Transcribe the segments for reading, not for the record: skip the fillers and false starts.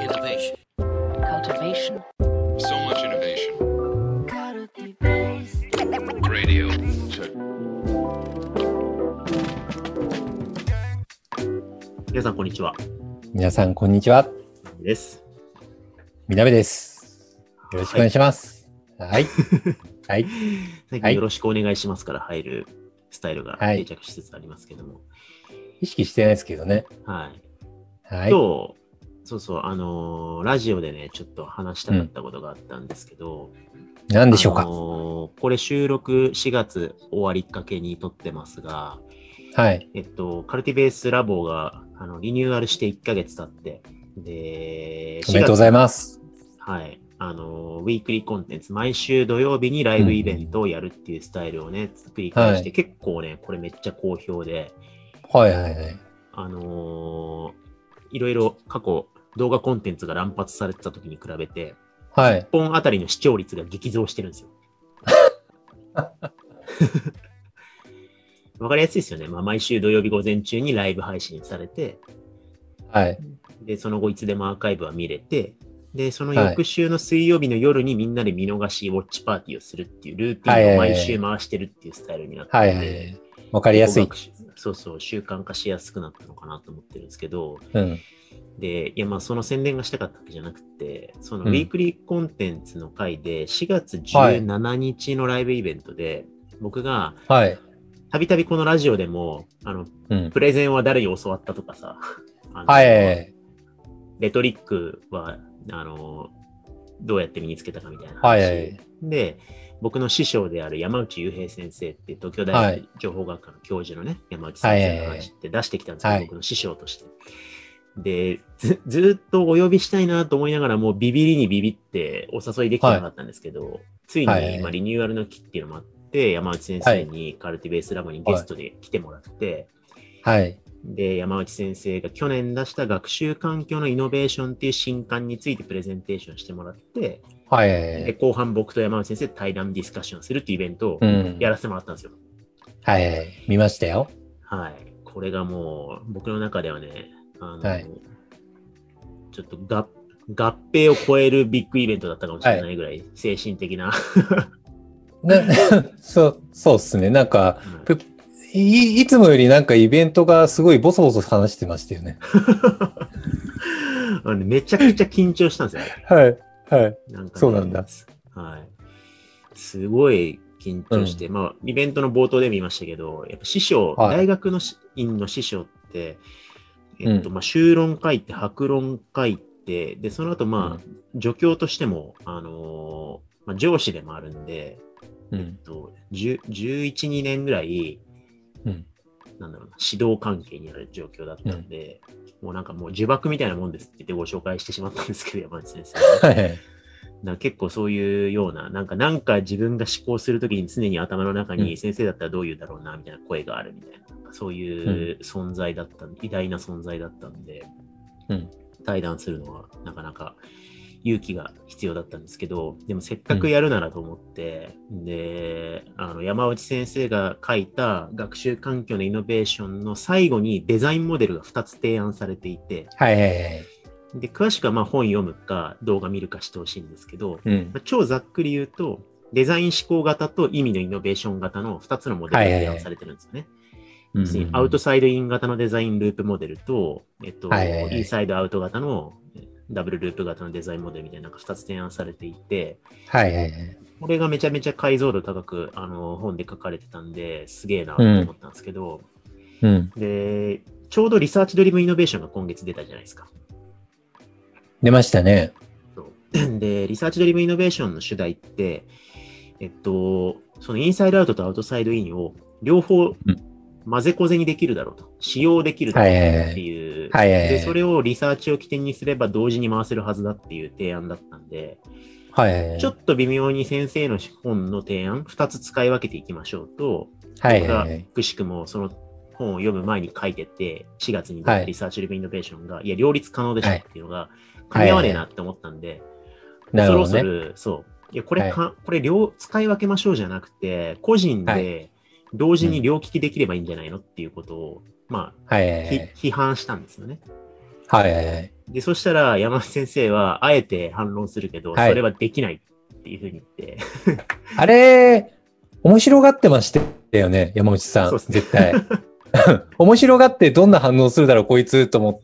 Innovation. Cultivation. So much innovation. Radio. Check. 皆さんこんにちは。 皆さん、こんにちは。 です。 みなべです。よろしくお願いします。はい。はい。 最近よろしくお願いしますから入るスタイルが定着しつつありますけども。 意識してないですけどね。 はい。 はい。 今日、ラジオでね、ちょっと話したかったことがあったんですけど。 何でしょうか。 これ収録4月終わりかけに撮ってますが、 はい。 カルティベースラボがリニューアルして1ヶ月経って、で、 おめでとうございます。 はい。ウィークリーコンテンツ、毎週土曜日にライブイベントをやるっていうスタイルをね、繰り返して、結構ね、これめっちゃ好評で、 はいはいはい。 いろいろ過去動画コンテンツが乱発されてた時に比べて、 はい。 1本あたりの視聴率が激増してるんですよ。わかりやすいですよね。まあ、毎週土曜日午前中にライブ配信されて、 はい。 で、その後いつでもアーカイブは見れて、で、その翌週の水曜日の夜にみんなで見逃しウォッチパーティーをするっていうルーティンを毎週回してるっていうスタイルになってて、 はいはい。わかりやすい。 そうそう、習慣化しやすくなったのかなと思ってるんですけど、 うん。 で、いやまあその宣伝がしたかったわけじゃなくて、そのウィークリーコンテンツの回で4月17日のライブイベントで、僕が、 はい。 たびたびこのラジオでも、プレゼンは誰に教わったとかさ、 はい。 レトリックは、どうやって身につけたかみたいな話。 はい。 で、僕の師匠である山内雄平先生って東京大学情報学科の教授のね、山内先生の話って出してきたんですけど、僕の師匠として。で、ずっとお呼びしたいなと思いながらもうビビりにビビってお誘いできてなかったんですけど、ついに今リニューアルの期っていうのもあって、山内先生にカルティベースラボにゲストで来てもらって、 はい。 で、山内先生が去年出した学習環境のイノベーションっていう新刊についてプレゼンテーションしてもらって、 はい。 で、後半僕と山内先生で対談ディスカッションするっていうイベントをやらせてもらったんですよ。 はい。見ましたよ。 はい。これがもう僕の中ではね、ちょっと合併を超えるビッグイベントだったかもしれないぐらい精神的な。 そうっすね。なんか、いつもよりなんかイベントがすごいボソボソ話してましたよね。 めちゃくちゃ緊張したんですよ。 はい。はい。 なんかね、 そうなんだ。 はい。すごい緊張して、まあ、イベントの冒頭でも言いましたけど、やっぱ師匠、大学の院の師匠って、まあ、修論書いて、白論書いて、で、その後、まあ、助教としても、まあ、上司でもあるんで、11、2年ぐらい、なんだろうな、指導関係にある状況だったんで、もうなんかもう呪縛みたいなもんですって言ってご紹介してしまったんですけど、山内先生。結構そういうような、なんか自分が思考するときに常に頭の中に先生だったらどう言うだろうな、みたいな声があるみたいな、そういう存在だった、偉大な存在だったんで、対談するのはなかなか勇気が必要だったんですけど、でもせっかくやるならと思って、で、山内先生が書いた学習環境のイノベーションの最後にデザインモデルが2つ提案されていて、で、詳しくはまあ本読むか動画見るかしてほしいんですけど、まあ、超ざっくり言うと、デザイン思考型と意味のイノベーション型の2つのモデルが提案されてるんですよね。アウトサイドイン型のデザインループモデルと、インサイドアウト型のダブルループ型のデザインモデルみたいな2つ提案されていて、これがめちゃめちゃ解像度高く本で書かれてたんで、すげえなと思ったんですけど、で、ちょうどリサーチドリブンイノベーションが今月出たじゃないですか。 出ましたね。 で、リサーチドリブンイノベーションの主題って、そのインサイドアウトとアウトサイドインを両方混ぜこぜにできるだろうと。使用できるだろうっていう。で、それをリサーチを起点にすれば同時に回せるはずだっていう提案だったんで、ちょっと微妙に先生の本の提案、2つ使い分けていきましょうと、僕がくしくもその本を読む前に書いてて、4月に出たリサーチドリブンイノベーションが、いや、両立可能でしょっていうのが、噛み合わねえなって思ったんで、そろそろ、そう。いや、これ使い分けましょうじゃなくて、個人で同時に両利きできればいいんじゃないのっていうことを、まあ、批判したんですよね。 はいはいはい。 で、そしたら山内先生は、あえて反論するけど、 はい。 それはできないっていうふうに言って、 あれ、面白がってましたよね、山内さん。 そうですね。 絶対。面白がってどんな反応するだろう、こいつと思って、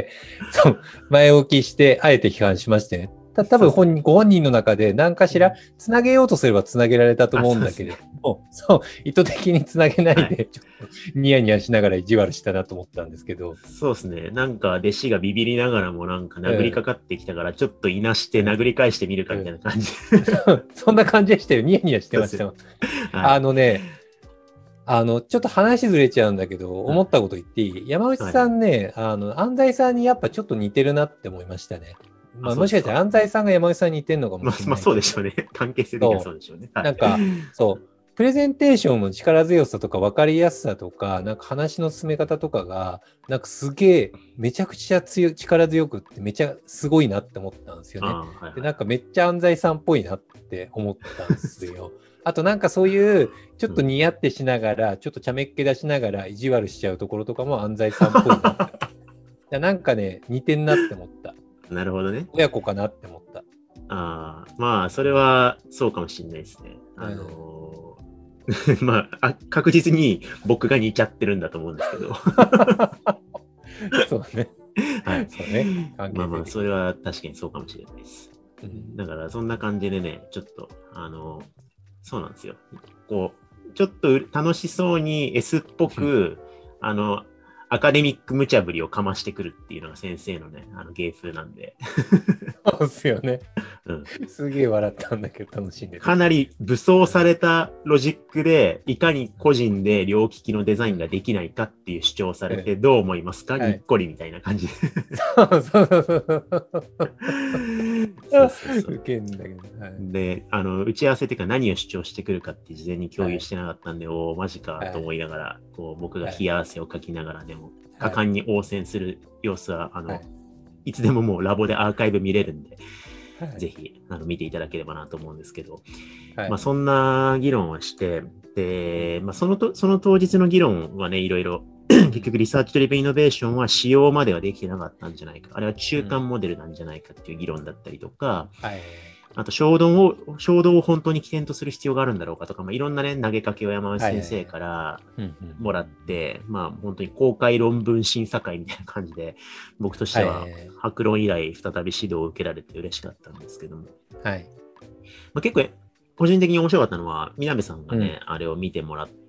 そう、前置きして、あえて批判しましてね。多分そうですね。 ご本人の中で何かしらつなげようとすればつなげられたとあ、 思うんそうですね。 だけれども、そう、意図的につなげないはい。 で、ちょっとニヤニヤしながら意地悪したなと思ったんですけど、 そうですね。なんか弟子がビビりながらもなんかうん、 殴りかかってきたから、ちょっといなしてうん、 殴り返してみるかうん。 みたいな感じ。 そんな感じでしたよ。ニヤニヤしてそうですよ。 ました。 はい。 あのね、ちょっと話ずれちゃうんだけど、思ったこと言っていい？山内はいはい。 さんね、安西さんにやっぱちょっと似てるなって思いましたね。 あ、 まあ、もしかしたらそうですか。 安西さんが山内さんに似てるのかもしれまあないけど、 そうでしょうね。関係性的にはそう。 そうでしょうね。はい。 なんか、そう。プレゼンテーションの力強さとか分かりやすさとか、なんか話の進め方とかが、なんかすげえ、めちゃくちゃ力強くって、めちゃすごいなって思ったんですよね。 ああ、はいで、 はいはなんかめっちゃ安西さんっぽいなって思ったんですよ。あとなんかそういう、ちょい。 っとうん。 ニヤってしながら、ちょっと茶目っ気出しながら意地悪しちゃうところとかも安西さんっぽいなって。いやなんかね、似てんなって思った。 なるほどね。 親子かなって思った。 ああ、まあ、それはそうかもしれないですね。 うん。 まあ、確実に僕が似ちゃってるんだと思うんですけど。 そうね。 はい。 そうね。関まあまあ、 係性的に。 それは確かにそうかもしれないです。 うん。 だから、そんな感じでね、ちょっと、そうなんですよ。こう、ちょっと楽しそうに S っぽく、あの、アカデミック無茶ぶりをかましてくるっていうのが先生のね、芸風なんで、 そうっすよね。 うん。 すげえ笑ったんだけど、楽しんでて。 かなり武装うん。 されたロジックで、いかに個人で両利きのデザインができないかっていう主張されて、 うん。 どう思いますかはい。 にっこりみたいな感じで。 そうそうそうそそうう。 そうそう。 ウケんだけど。はい。 で、打ち合わせっていうか何を主張してくるかって事前に共はい。 有してなかったんで、おー、マジかと思はい。 いながら、こう、僕がはい。 冷や汗をかきながらでも、果はい。 敢に応戦する様子は、 はい。 いつでももうラボでアーカイブ見れるんで、 はい。 ぜひ、見ていただければなと思うんですけど、 はい。 まあ、そんな議論をして、 うん。 で、まあ、その当日の議論はね、いろいろ、結局リサーチドリブンイノベーションは仕様まではできてなかったんじゃないか。あれは中うん。 間モデルなんじゃないかっていう議論だったりとか、 はい。 あと衝動を本当に起点とする必要があるんだろうかとか、まあ、いろんなね、投げかけを山内はい。 先生からうん。うん。 もらって、まあ本当に公開論文審査会みたいな感じで、僕としはてはい。 白論以来再び指導を受けられて嬉しかったんですけども、 はい。 まあ、結構個人的に面白かったのは、南さんがうん。 ね、あれを見てもらって、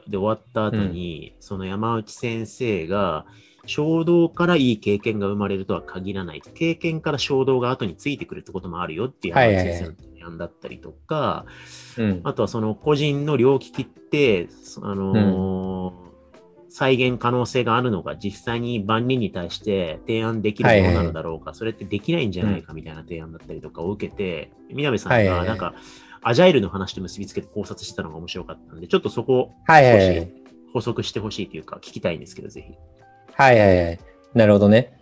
で、終わった後うん。 に、その山内先生が、衝動からいい経験が生まれるとは限らない。経験から衝動が後についてくるってこともあるよっていうはい。 山内先生のはい。 提案だったりとか、 うん。 あとはその個人の両利きって、 うん。 再現可能性があるのが実際に万人に対して提案できるはい。 ものなはい。 のだろうか、それってできないんじゃうん。 ないかみたいな提案だったりとかを受けて、南さはい。 んがなんか、 はい。 アジャイルの話と結びつけて考察してたのが面白かったんで、ちょっとそこをはい。 少しはい。 補足してほしいというか、聞きたいんですけど、ぜひ。 はい。はい。なるほどね。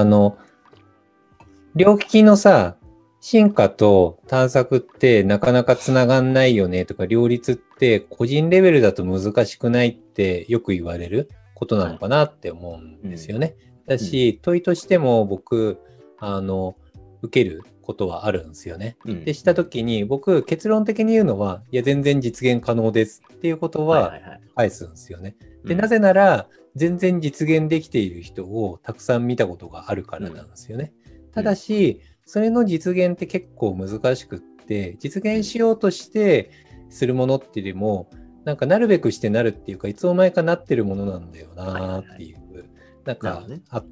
両利きのさ、進化と探索ってなかなかつながんないよねとか、両立って個人レベルだと難しくないってよく言われることなはい。 のかなって思うんうん。 ですよね。だうん。 し、問いとしても僕、受けることはあるんですよね。 うん。 で、したうん。 ときに僕、結論的に言うのは、いや、全然実現可能ですっていうことははいはいはい。 返すんですよね。で、なうん。 ぜなら、全然実現できている人をたくさん見たことがあるからなうん。 んですよね。ただうん。 し、それの実現って結構難しくって、実現うん。 しようとしてするものっていうよりも、なんかなるべくしてなるっていうか、いつの間にかなってるものなんだよはいはいはい。 なっていう、なんかなるほどね。 あって、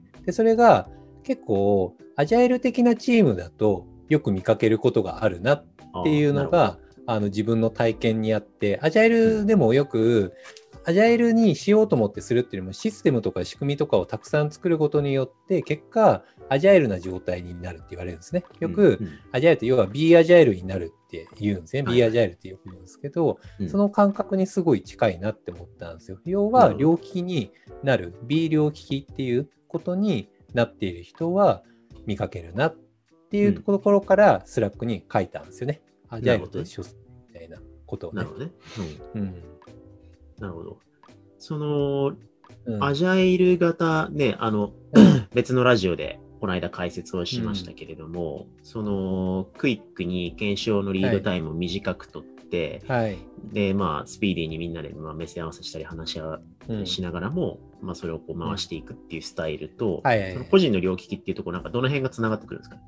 で、それが結構アジャイル的なチームだとよく見かけることがあるなってああ、 いうなるほど。 のが、自分の体験にあって、アジャイうん。 ルでもよく、アジャイルにしようと思ってするっていうよりも、システムとか仕組みとかをたくさん作ることによって、結果、アジャイルな状態になるって言われるんですね。 うん。 よく、 うん。 アジャイルって要は B アジャイルになるって言うんですね。 は B いはい。 アジャイルってよく言うんですけど、 うん。 その感覚にすごい近いなって思ったんですよ。要は、 なるほど。 両利きになる、B 両利きっていうことになっている人は見かけるなっていうとうん。 ころから、スラックに書いたんですよね。アジャイルなるほどね。 と一緒みたいなことをね。 なるほどね。うん。 うん。 なるほど。その、 アジャイル型ね、別のラジオでこの間解説をしましたけれども、そのクイックに検証のリードタイムを短くとって、で、まあ、スピーディーにみんなで目線合わせしたり話し合わしながらも、まあ、それをこう回していくっていうスタイルと、その個人の両利きっていうところ、なんかどの辺がつながってくるんですかね。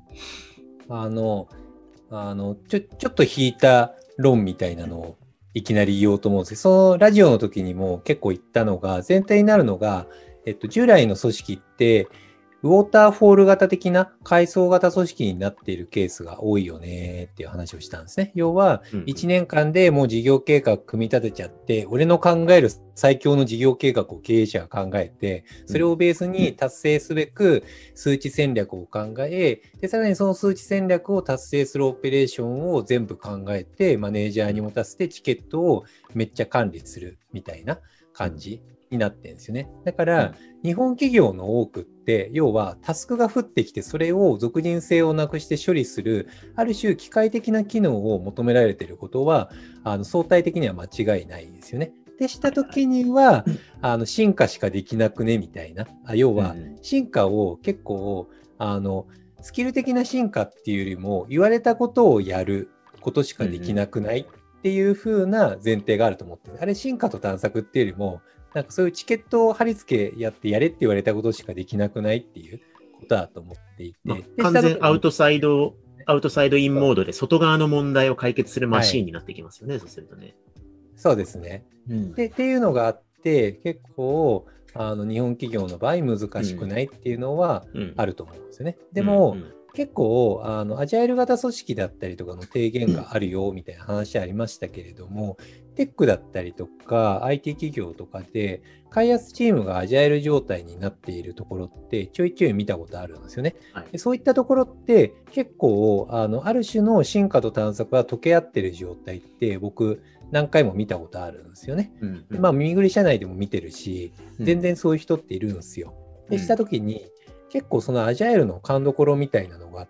ちょっと引いた論みたいなのをいきなり言おうと思うんですけど、そのラジオの時にも結構言ったのが、前提になるのが、従来の組織って、ウォーターフォール型的な階層型組織になっているケースが多いよねっていう話をしたんですね。要は、1年間でもう事業計画組み立てちゃって、俺の考える最強の事業計画を経営者が考えて、それをベースに達成すべく数値戦略を考え、で、さらにその数値戦略を達成するオペレーションを全部考えて、マネージャーに持たせてチケットをめっちゃ管理するみたいな感じになってるんですよね。だから、日本企業の多くって、要はタスクが降ってきて、それを属人性をなくして処理する、ある種機械的な機能を求められていることは、相対的には間違いないですよね。でしたときには、進化しかできなくねみたいな。要は、進化を結構、スキル的な進化っていうよりも、言われたことをやることしかできなくないっていう風な前提があると思ってる。あれ、進化と探索っていうよりも、なんかそういうチケットを貼り付けやってやれって言われたことしかできなくないっていうことだと思っていて。 完全アウトサイドインモードで外側の問題を解決するマシーンになってきますよね、そうするとね。 そうですね。っていうのがあって、結構、日本企業の場合難しくないっていうのはあると思うんですよね。でも、結構アジャイル型組織だったりとかの提言があるよみたいな話ありましたけれども、テックだったりとか IT 企業とかで開発チームがアジャイル状態になっているところってちょいちょい見たことあるんですよね。でそういったところって結構ある種の進化と探索が溶け合ってる状態って僕何回も見たことあるんですよね。で耳ぐり社内でも見てるし、全然そういう人っているんですよ。でしたときに結構そのアジャイルの勘どころみたいなのがあって、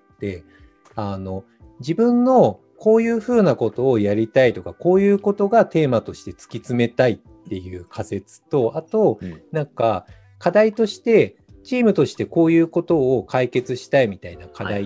自分のこういうふうなことをやりたいとか、こういうことがテーマとして突き詰めたいっていう仮説と、あと、なんか課題として、チームとしてこういうことを解決したいみたいな課題って、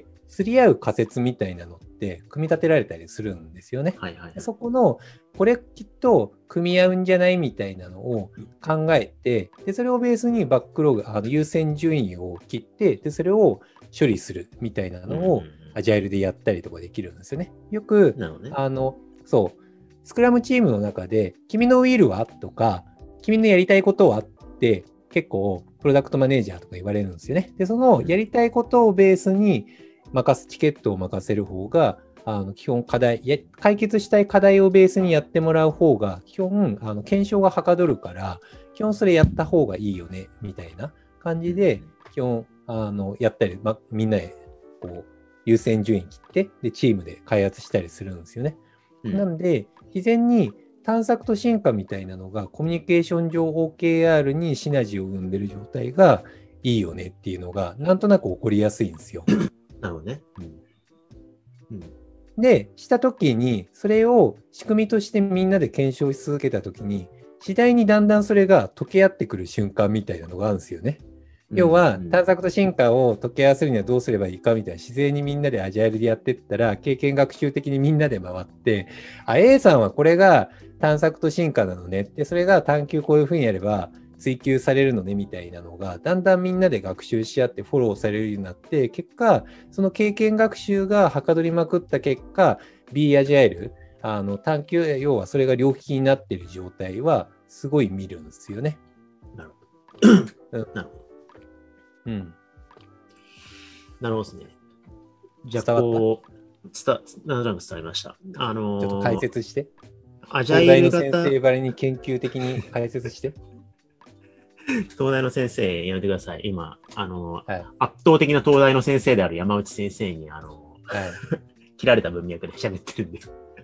すり合う仮説みたいなのって組み立てられたりするんですよね。そこの、これきっと組み合うんじゃないみたいなのを考えて、でそれをベースにバックログ、優先順位を切って、でそれを処理するみたいなのをアジャイルでやったりとかできるんですよね。よく、そう、スクラムチームの中で、君のウィールはとか、君のやりたいことはって結構プロダクトマネージャーとか言われるんですよね。で、そのやりたいことをベースにチケットを任せる方が、基本解決したい課題をベースにやってもらう方が、基本、検証がはかどるから、基本それやった方がいいよね、みたいな感じで、基本、やったり、みんなで、こう、優先順位切って、で、チームで開発したりするんですよね。なんで、自然に探索と進化みたいなのが、コミュニケーション上 OKR にシナジーを生んでる状態がいいよねっていうのが、なんとなく起こりやすいんですよ。 なるほどね。 で、したときに、それを仕組みとしてみんなで検証し続けたときに、次第にだんだんそれが溶け合ってくる瞬間みたいなのがあるんですよね。要は、探索と進化を溶け合わせるにはどうすればいいかみたいな、自然にみんなでアジャイルでやっていったら、経験学習的にみんなで回って、A さんはこれが探索と進化なのね。で、それが探求こういうふうにやれば、追求されるのねみたいなのがだんだんみんなで学習し合ってフォローされるようになって結果その経験学習がはかどりまくった結果 B アジャイル探求要はそれが両利きになっている状態はすごい見るんですよね。 なるほど。なるほど。なるほどですね。じゃあこうなんとなく伝わりました。ちょっと解説して。 アジャイル型東大の先生ばりに研究的に解説して。 東大の先生やめてください。今、圧倒的な東大の先生である山内先生に、切られた文脈で喋ってるんで。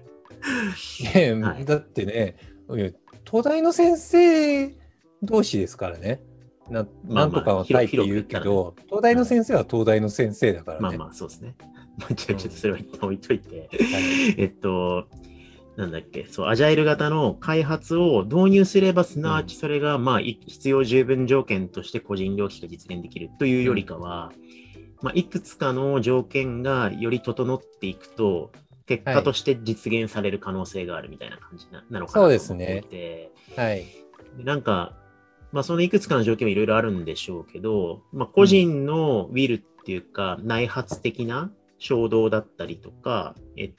だってね、東大の先生同士ですからね。なんとかはないって言うけど、東大の先生は東大の先生だからね。 そうですね。ちょっとそれは一旦置いといて。 なんだっけ、そう、アジャイル型の開発を導入すれば、すなわちそれが、まあ、必要十分条件として個人領域が実現できるというよりかは、まあ、いくつかの条件がより整っていくと、結果として実現される可能性があるみたいな感じなのかなと思っていて、 はい。 なんか、まあ、そのいくつかの条件はいろいろあるんでしょうけど、まあ、個人のウィルっていうか、内発的な衝動だったりとか、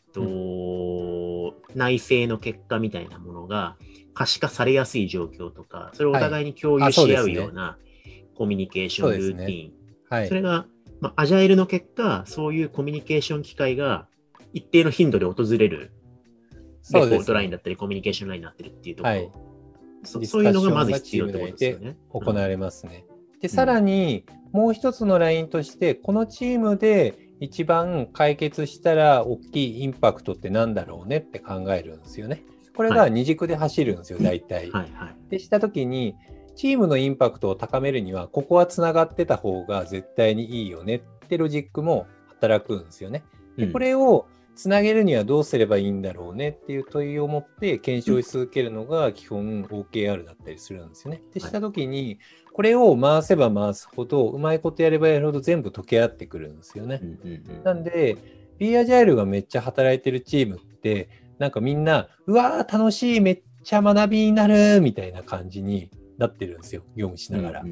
内政の結果みたいなものが可視化されやすい状況とか、それをお互いに共有し合うようなコミュニケーションルーティン。 はい、 それが、まあ、アジャイルの結果、そういうコミュニケーション機会が一定の頻度で訪れるレポートラインだったり、コミュニケーションラインになってるっていうところ。はい、そういうのがまず必要ってことですよね。 行われますね。で、さらにもう一つのラインとして、このチームで一番解決したら大きいインパクトってなんだろうねって考えるんですよね。これが二軸で走るんですよ、大体。はいはい、でしたときに、チームのインパクトを高めるには、ここはつながってた方が絶対にいいよねってロジックも働くんですよね。で、これをつなげるにはどうすればいいんだろうねっていう問いを持って検証し続けるのが基本 OKR だったりするんですよね。でしたときに、これを回せば回すほど、うまいことやればやるほど全部溶け合ってくるんですよね。なんで、B アジャイルがめっちゃ働いてるチームって、なんかみんな、うわー楽しい、めっちゃ学びになるみたいな感じになってるんですよ、業務しながら。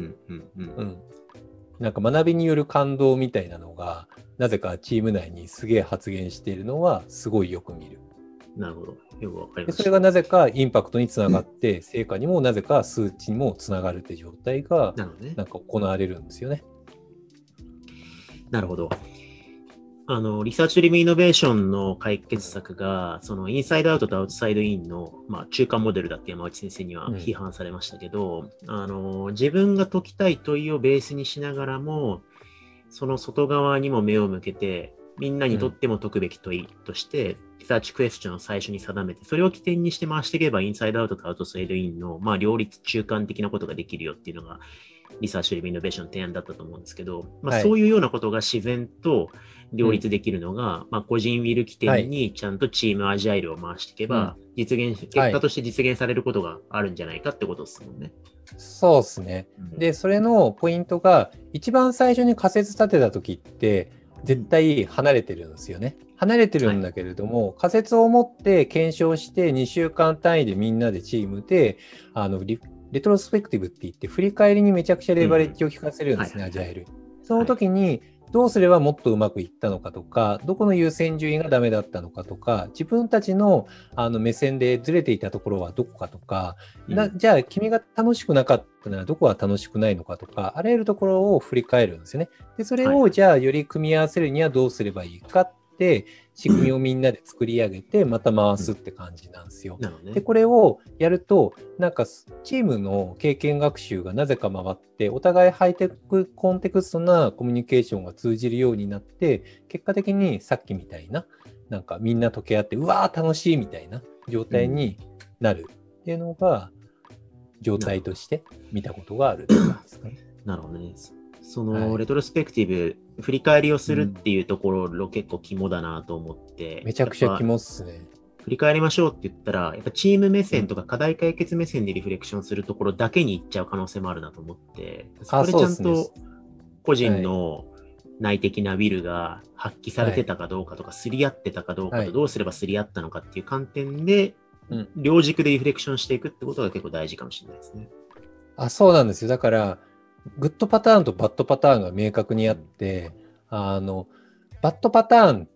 なんか学びによる感動みたいなのが、なぜかチーム内にすげえ発言しているのは、すごいよく見る。 なるほど。よくわかりました。 それがなぜかインパクトにつながって、成果にもなぜか数値にもつながるって状態が、なんか行われるんですよね。 なるほど。リサーチドリブンイノベーションの解決策が、そのインサイドアウトとアウトサイドインの、まあ、中間モデルだって山内先生には批判されましたけど、自分が解きたい問いをベースにしながらも、その外側にも目を向けて、みんなにとっても解くべき問いとして、リサーチクエスチョンを最初に定めて、それを起点にして回していけば、インサイドアウトとアウトサイドインの、まあ、両立中間的なことができるよっていうのが、リサーチドリブンイノベーションの提案だったと思うんですけど、まあ、そういうようなことが自然と両立できるのが、まあ、個人ウィル起点にちゃんとチームアジャイルを回していけば、結果として実現されることがあるんじゃないかってことですもんね。 そうですね。で、それのポイントが、一番最初に仮説立てたときって、絶対離れてるんですよね。離れてるんだけれども、仮説を持って検証して2週間単位でみんなでチームで、レトロスペクティブって言って、振り返りにめちゃくちゃレバレッジを効かせるんですね、アジャイル。その時に、どうすればもっとうまくいったのかとか、どこの優先順位がダメだったのかとか、自分たちの目線でずれていたところはどこかとか、じゃあ君が楽しくなかったならどこは楽しくないのかとか、あらゆるところを振り返るんですよね。で、それをじゃあより組み合わせるにはどうすればいいかって仕組みをみんなで作り上げてまた回すって感じなんですよ。で、これをやると、なんかチームの経験学習がなぜか回って、お互いハイテクコンテクストなコミュニケーションが通じるようになって、結果的にさっきみたいな、なんかみんな溶け合って、うわー楽しいみたいな状態になるっていうのが、状態として見たことがあるって感じですかね。 なるほどね。その、レトロスペクティブ、振り返りをするっていうところ、結構肝だなと思って。 めちゃくちゃ肝っすね。 振り返りましょうって言ったら、やっぱチーム目線とか課題解決目線でリフレクションするところだけに行っちゃう可能性もあるなと思って、そこでちゃんと個人の内的なウィルが発揮されてたかどうかとか、すり合ってたかどうかと、どうすればすり合ったのかっていう観点で、両軸でリフレクションしていくってことが結構大事かもしれないですね。 そうなんですよ。だから、グッドパターンとバッドパターンが明確にあって、バッドパターンって、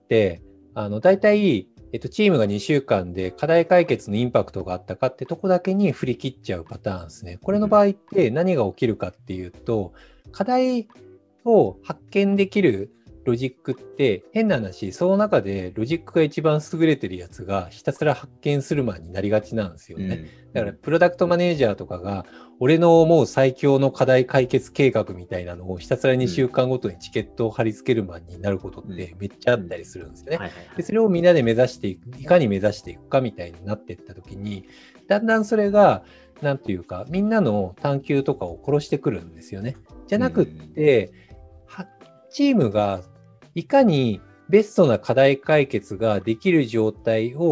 大体、チームが2週間で課題解決のインパクトがあったかってとこだけに振り切っちゃうパターンですね。これの場合って何が起きるかっていうと、課題を発見できるロジックって変な話、その中でロジックが一番優れてるやつがひたすら発見するマンになりがちなんですよね。だからプロダクトマネージャーとかが俺の思う最強の課題解決計画みたいなのをひたすら2週間ごとにチケットを貼り付けるマンになることってめっちゃあったりするんですよね。でそれをみんなで目指していく、いかに目指していくかみたいになっていったときに、だんだんそれがなんていうかみんなの探求とかを殺してくるんですよね。じゃなくって、チームがいかにベストな課題解決ができる状態を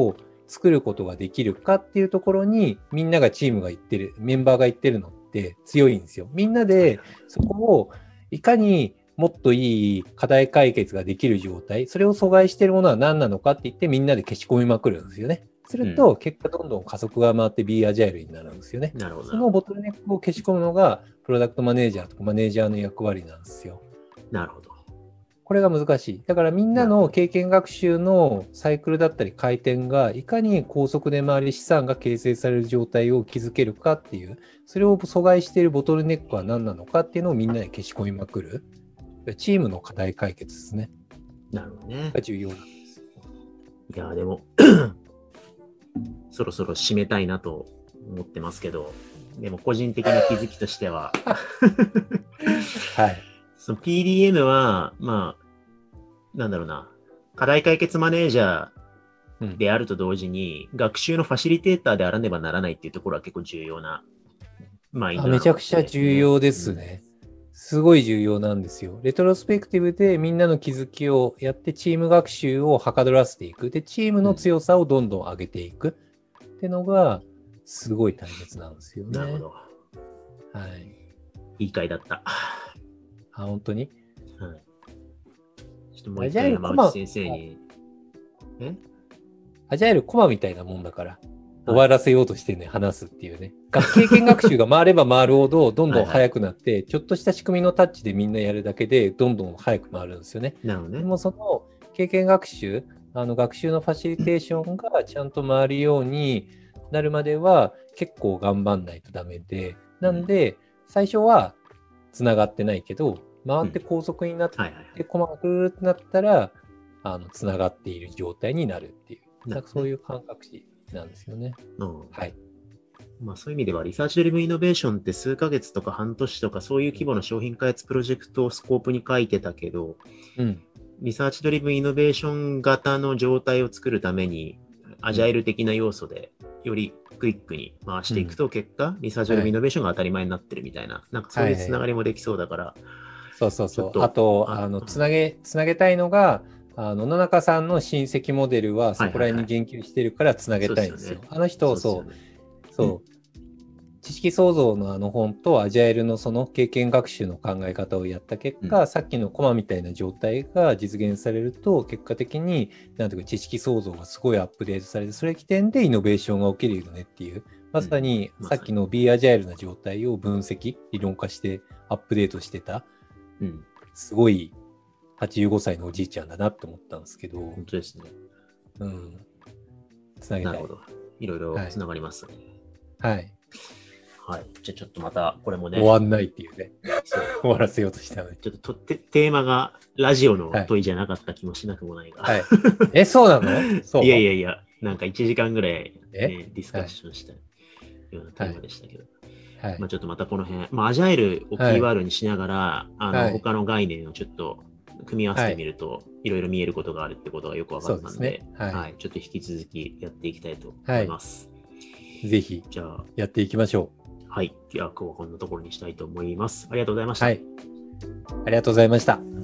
作ることができるかっていうところに、みんながチームが言ってる、メンバーが言ってるのって強いんですよ。みんなでそこをいかにもっといい課題解決ができる状態、それを阻害しているものは何なのかって言ってみんなで消し込みまくるんですよね。すると、結果どんどん加速が回って B アジャイルになるんですよね。 なるほど。 そのボトルネックを消し込むのがプロダクトマネージャーとかマネージャーの役割なんですよ。 なるほど。 これが難しい。だからみんなの経験学習のサイクルだったり回転がいかに高速で回り資産が形成される状態を築けるかっていう、それを阻害しているボトルネックは何なのかっていうのをみんなで消し込みまくる。チームの課題解決ですね。 なるほどね。 が重要なんです。 いや、でも、そろそろ締めたいなと思ってますけど、でも個人的な気づきとしては、 はい。 その PDM は、まあ、なんだろうな、課題解決マネージャーであると同時に、学習のファシリテーターであらねばならないっていうところは結構重要なマインドなのめちゃくちゃ重要ですね。すごい重要なんですよ。レトロスペクティブでみんなの気づきをやってチーム学習をはかどらせていく。で、チームの強さをどんどん上げていくってのがすごい大切なんですよね。 なるほど。 はい。 いい回だった。 本当に？ はい。ちょっともう一回山内先生に。 アジャイルコマみたいなもんだから。終わらせようとしてね、話すっていうね。経験学習が回れば回るほど、どんどん速くなって、ちょっとした仕組みのタッチでみんなやるだけで、どんどん速く回るんですよね。 なるほどね。 でもその経験学習、学習のファシリテーションがちゃんと回るようになるまでは、結構頑張んないとダメで、なんで、最初は繋がってないけど、回って高速になって、コマがぐーってなったら、繋がっている状態になるっていう、なんかそういう感覚値なんですよね。はい。 まあそういう意味では、リサーチドリブンイノベーションって数ヶ月とか半年とかそういう規模の商品開発プロジェクトをスコープに書いてたけど、リサーチドリブンイノベーション型の状態を作るために、アジャイル的な要素でよりクイックに回していくと、結果、リサーチドリブンイノベーションが当たり前になってるみたいな、なんかそういうつながりもできそうだから。 そうそうそう。あと、つなげたいのが、野中さんの親戚モデルはそこら辺に言及してるからつなげたいんですよ。あの人、そう。知識創造の本とアジャイルのその経験学習の考え方をやった結果、さっきのコマみたいな状態が実現されると、結果的になんていうか知識創造がすごいアップデートされて、それ起点でイノベーションが起きるよねっていう、まさにさっきの B アジャイルな状態を分析、理論化してアップデートしてた、すごい85歳のおじいちゃんだなって思ったんですけど。 本当ですね。 つなげたい。 なるほど。いろいろつながりますね。 はい。 はい。じゃあちょっとまた、これもね。 終わんないっていうね。終わらせようとしたのに。 ちょっとテーマがラジオの問いじゃなかった気もしなくもないが。 はい。そうなの？そう。 いや、なんか1時間ぐらい、ね、ディスカッションしたようなテーマでしたけど。まあちょっとまたこの辺、アジャイルをキーワードにしながら、他の概念をちょっと組み合わせてみると、いろいろ見えることがあるってことがよく分かったので、はい。ちょっと引き続きやっていきたいと思います。 ぜひ、じゃあ、やっていきましょう。 はい。今日はこんなところにしたいと思います。ありがとうございました。 はい。ありがとうございました。